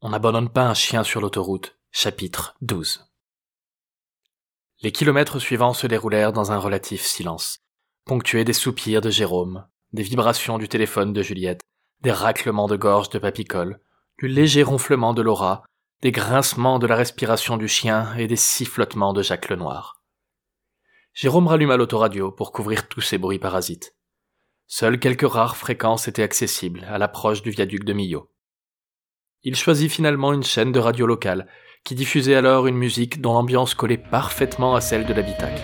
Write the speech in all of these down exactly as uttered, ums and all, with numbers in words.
On n'abandonne pas un chien sur l'autoroute, chapitre douze. Les kilomètres suivants se déroulèrent dans un relatif silence, ponctués des soupirs de Jérôme, des vibrations du téléphone de Juliette, des raclements de gorge de Papicole, du léger ronflement de Laura, des grincements de la respiration du chien et des sifflotements de Jacques Lenoir. Jérôme ralluma l'autoradio pour couvrir tous ces bruits parasites. Seules quelques rares fréquences étaient accessibles à l'approche du viaduc de Millau. Il choisit finalement une chaîne de radio locale qui diffusait alors une musique dont l'ambiance collait parfaitement à celle de l'habitacle.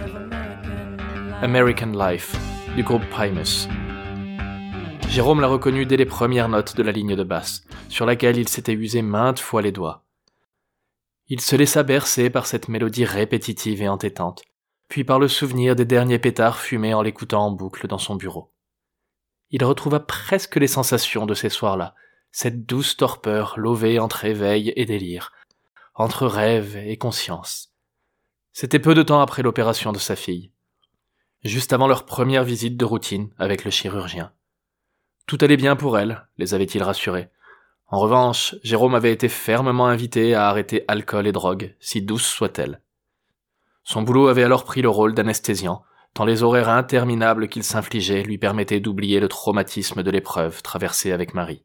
American Life, du groupe Primus. Jérôme l'a reconnu dès les premières notes de la ligne de basse, sur laquelle il s'était usé maintes fois les doigts. Il se laissa bercer par cette mélodie répétitive et entêtante, puis par le souvenir des derniers pétards fumés en l'écoutant en boucle dans son bureau. Il retrouva presque les sensations de ces soirs-là, cette douce torpeur lovée entre éveil et délire, entre rêve et conscience. C'était peu de temps après l'opération de sa fille, juste avant leur première visite de routine avec le chirurgien. Tout allait bien pour elle, les avait-il rassurés. En revanche, Jérôme avait été fermement invité à arrêter alcool et drogue, si douce soit-elle. Son boulot avait alors pris le rôle d'anesthésiant, tant les horaires interminables qu'il s'infligeait lui permettaient d'oublier le traumatisme de l'épreuve traversée avec Marie.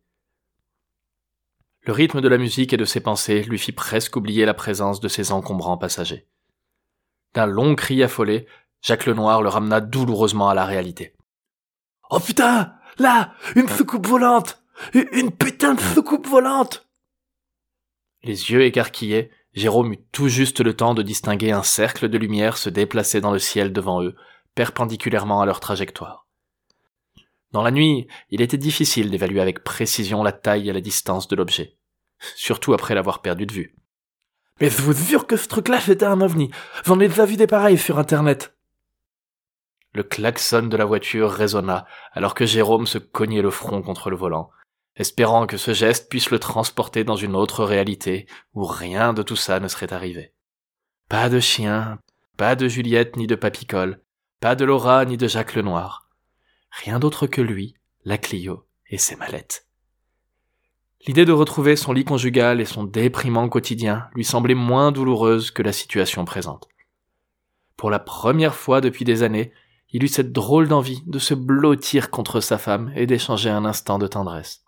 Le rythme de la musique et de ses pensées lui fit presque oublier la présence de ses encombrants passagers. D'un long cri affolé, Jacques Lenoir le ramena douloureusement à la réalité. « Oh putain! Là! Une soucoupe volante! Une putain de soucoupe volante !» Les yeux écarquillés, Jérôme eut tout juste le temps de distinguer un cercle de lumière se déplacer dans le ciel devant eux, perpendiculairement à leur trajectoire. Dans la nuit, il était difficile d'évaluer avec précision la taille et la distance de l'objet, surtout après l'avoir perdu de vue. « Mais je vous jure que ce truc-là, c'était un ovni. J'en ai déjà vu des pareils sur Internet. » Le klaxon de la voiture résonna alors que Jérôme se cognait le front contre le volant, espérant que ce geste puisse le transporter dans une autre réalité où rien de tout ça ne serait arrivé. Pas de chien, pas de Juliette ni de Papicole, pas de Laura ni de Jacques Lenoir. Rien d'autre que lui, la Clio et ses mallettes. L'idée de retrouver son lit conjugal et son déprimant quotidien lui semblait moins douloureuse que la situation présente. Pour la première fois depuis des années, il eut cette drôle d'envie de se blottir contre sa femme et d'échanger un instant de tendresse.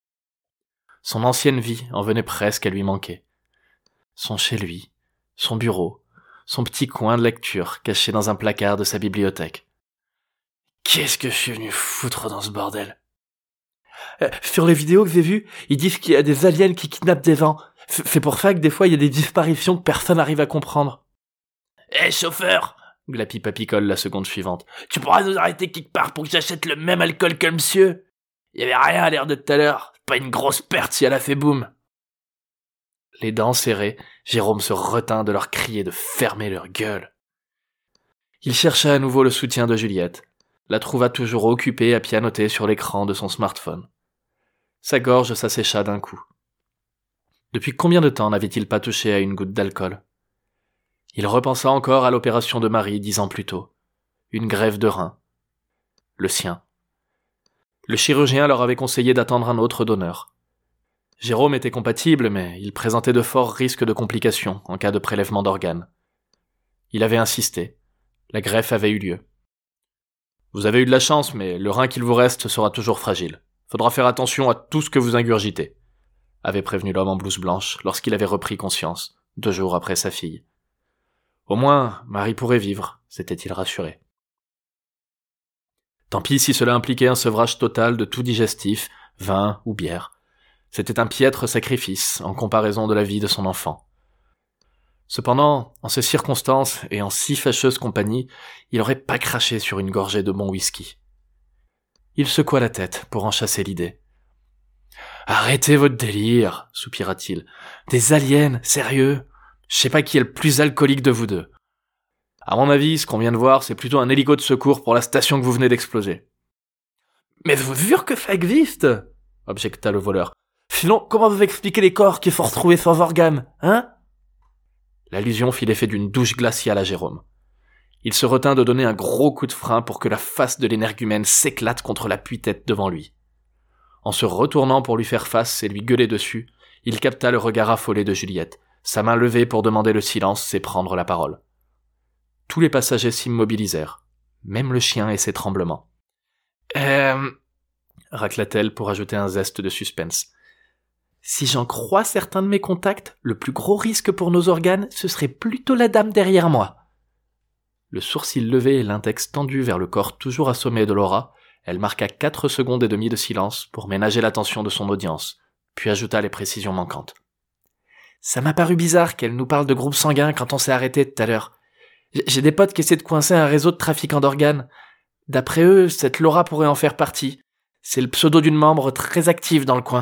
Son ancienne vie en venait presque à lui manquer. Son chez-lui, son bureau, son petit coin de lecture caché dans un placard de sa bibliothèque. Qu'est-ce que je suis venu foutre dans ce bordel ? euh, Sur les vidéos que j'ai vues, ils disent qu'il y a des aliens qui kidnappent des gens. C'est pour ça que des fois il y a des disparitions que personne n'arrive à comprendre. Hé hey, chauffeur, glapit Papicole la seconde suivante. Tu pourras nous arrêter quelque part pour que j'achète le même alcool que monsieur ? Il y avait rien à l'air de tout à l'heure. C'est pas une grosse perte si elle a fait boum. Les dents serrées, Jérôme se retint de leur crier de fermer leur gueule. Il chercha à nouveau le soutien de Juliette, la trouva toujours occupée à pianoter sur l'écran de son smartphone. Sa gorge s'assécha d'un coup. Depuis combien de temps n'avait-il pas touché à une goutte d'alcool ? Il repensa encore à l'opération de Marie dix ans plus tôt. Une grève de rein. Le sien. Le chirurgien leur avait conseillé d'attendre un autre donneur. Jérôme était compatible, mais il présentait de forts risques de complications en cas de prélèvement d'organes. Il avait insisté. La greffe avait eu lieu. « Vous avez eu de la chance, mais le rein qu'il vous reste sera toujours fragile. Faudra faire attention à tout ce que vous ingurgitez », avait prévenu l'homme en blouse blanche lorsqu'il avait repris conscience, deux jours après sa fille. Au moins, Marie pourrait vivre, s'était-il rassuré. Tant pis si cela impliquait un sevrage total de tout digestif, vin ou bière. C'était un piètre sacrifice en comparaison de la vie de son enfant. Cependant, en ces circonstances et en si fâcheuse compagnie, il n'aurait pas craché sur une gorgée de bon whisky. Il secoua la tête pour en chasser l'idée. « Arrêtez votre délire, soupira-t-il. Des aliens, sérieux ? Je sais pas qui est le plus alcoolique de vous deux. À mon avis, ce qu'on vient de voir, c'est plutôt un hélico de secours pour la station que vous venez d'exploser. »« Mais je vous jure que ça existe !» objecta le voleur. « Sinon, comment vous expliquez les corps qui sont retrouvés sans organes, hein ?» L'allusion fit l'effet d'une douche glaciale à Jérôme. Il se retint de donner un gros coup de frein pour que la face de l'énergumène s'éclate contre l'appui-tête devant lui. En se retournant pour lui faire face et lui gueuler dessus, il capta le regard affolé de Juliette. Sa main levée pour demander le silence, c'est prendre la parole. Tous les passagers s'immobilisèrent, même le chien et ses tremblements. « Euh... » racla-t-elle pour ajouter un zeste de suspense. « Si j'en crois certains de mes contacts, le plus gros risque pour nos organes, ce serait plutôt la dame derrière moi. » Le sourcil levé et l'index tendu vers le corps toujours assommé de Laura, elle marqua quatre secondes et demie de silence pour ménager l'attention de son audience, puis ajouta les précisions manquantes. « Ça m'a paru bizarre qu'elle nous parle de groupe sanguin quand on s'est arrêté tout à l'heure. J'ai des potes qui essaient de coincer un réseau de trafiquants d'organes. D'après eux, cette Laura pourrait en faire partie. C'est le pseudo d'une membre très active dans le coin. »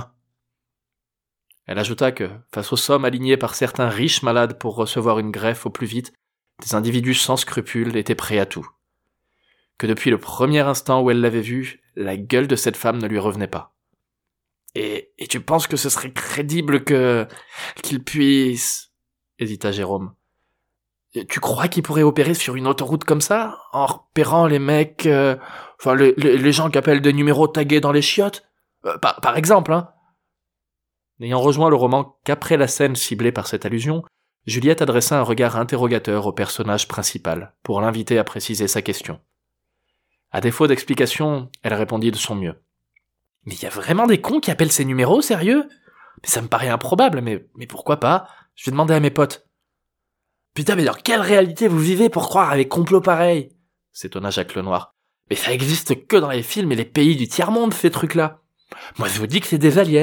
Elle ajouta que, face aux sommes alignées par certains riches malades pour recevoir une greffe au plus vite, des individus sans scrupules étaient prêts à tout. Que depuis le premier instant où elle l'avait vue, la gueule de cette femme ne lui revenait pas. Et, et tu penses que ce serait crédible que, qu'il puisse, hésita Jérôme. Tu crois qu'il pourrait opérer sur une autoroute comme ça, en repérant les mecs, euh, enfin, les, les, les gens qui appellent des numéros tagués dans les chiottes? Euh, par, par exemple, hein. N'ayant rejoint le roman qu'après la scène ciblée par cette allusion, Juliette adressa un regard interrogateur au personnage principal, pour l'inviter à préciser sa question. À défaut d'explication, elle répondit de son mieux. « Mais il y a vraiment des cons qui appellent ces numéros, sérieux? Mais ça me paraît improbable, mais, mais pourquoi pas? Je vais demander à mes potes. »« Putain, mais dans quelle réalité vous vivez pour croire à des complots pareils ?» s'étonna Jacques Lenoir. « Mais ça existe que dans les films et les pays du tiers-monde, ces trucs-là. Moi, je vous dis que c'est des aliens. »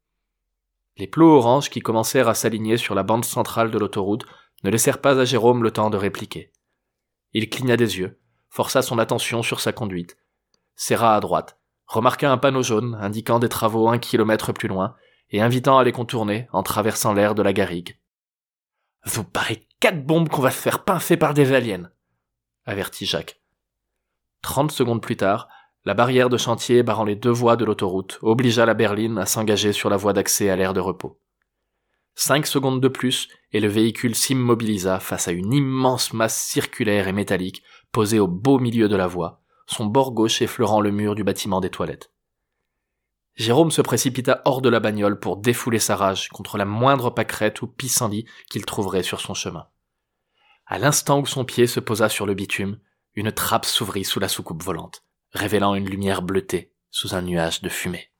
Les plots oranges qui commencèrent à s'aligner sur la bande centrale de l'autoroute ne laissèrent pas à Jérôme le temps de répliquer. Il cligna des yeux, força son attention sur sa conduite, serra à droite, remarqua un panneau jaune indiquant des travaux un kilomètre plus loin et invitant à les contourner en traversant l'aire de la garrigue. « Vous parez quatre bombes qu'on va se faire pincer par des aliens !» avertit Jacques. Trente secondes plus tard, la barrière de chantier barrant les deux voies de l'autoroute obligea la berline à s'engager sur la voie d'accès à l'aire de repos. Cinq secondes de plus, et le véhicule s'immobilisa face à une immense masse circulaire et métallique posée au beau milieu de la voie, son bord gauche effleurant le mur du bâtiment des toilettes. Jérôme se précipita hors de la bagnole pour défouler sa rage contre la moindre pâquerette ou pissenlit qu'il trouverait sur son chemin. À l'instant où son pied se posa sur le bitume, une trappe s'ouvrit sous la soucoupe volante, révélant une lumière bleutée sous un nuage de fumée.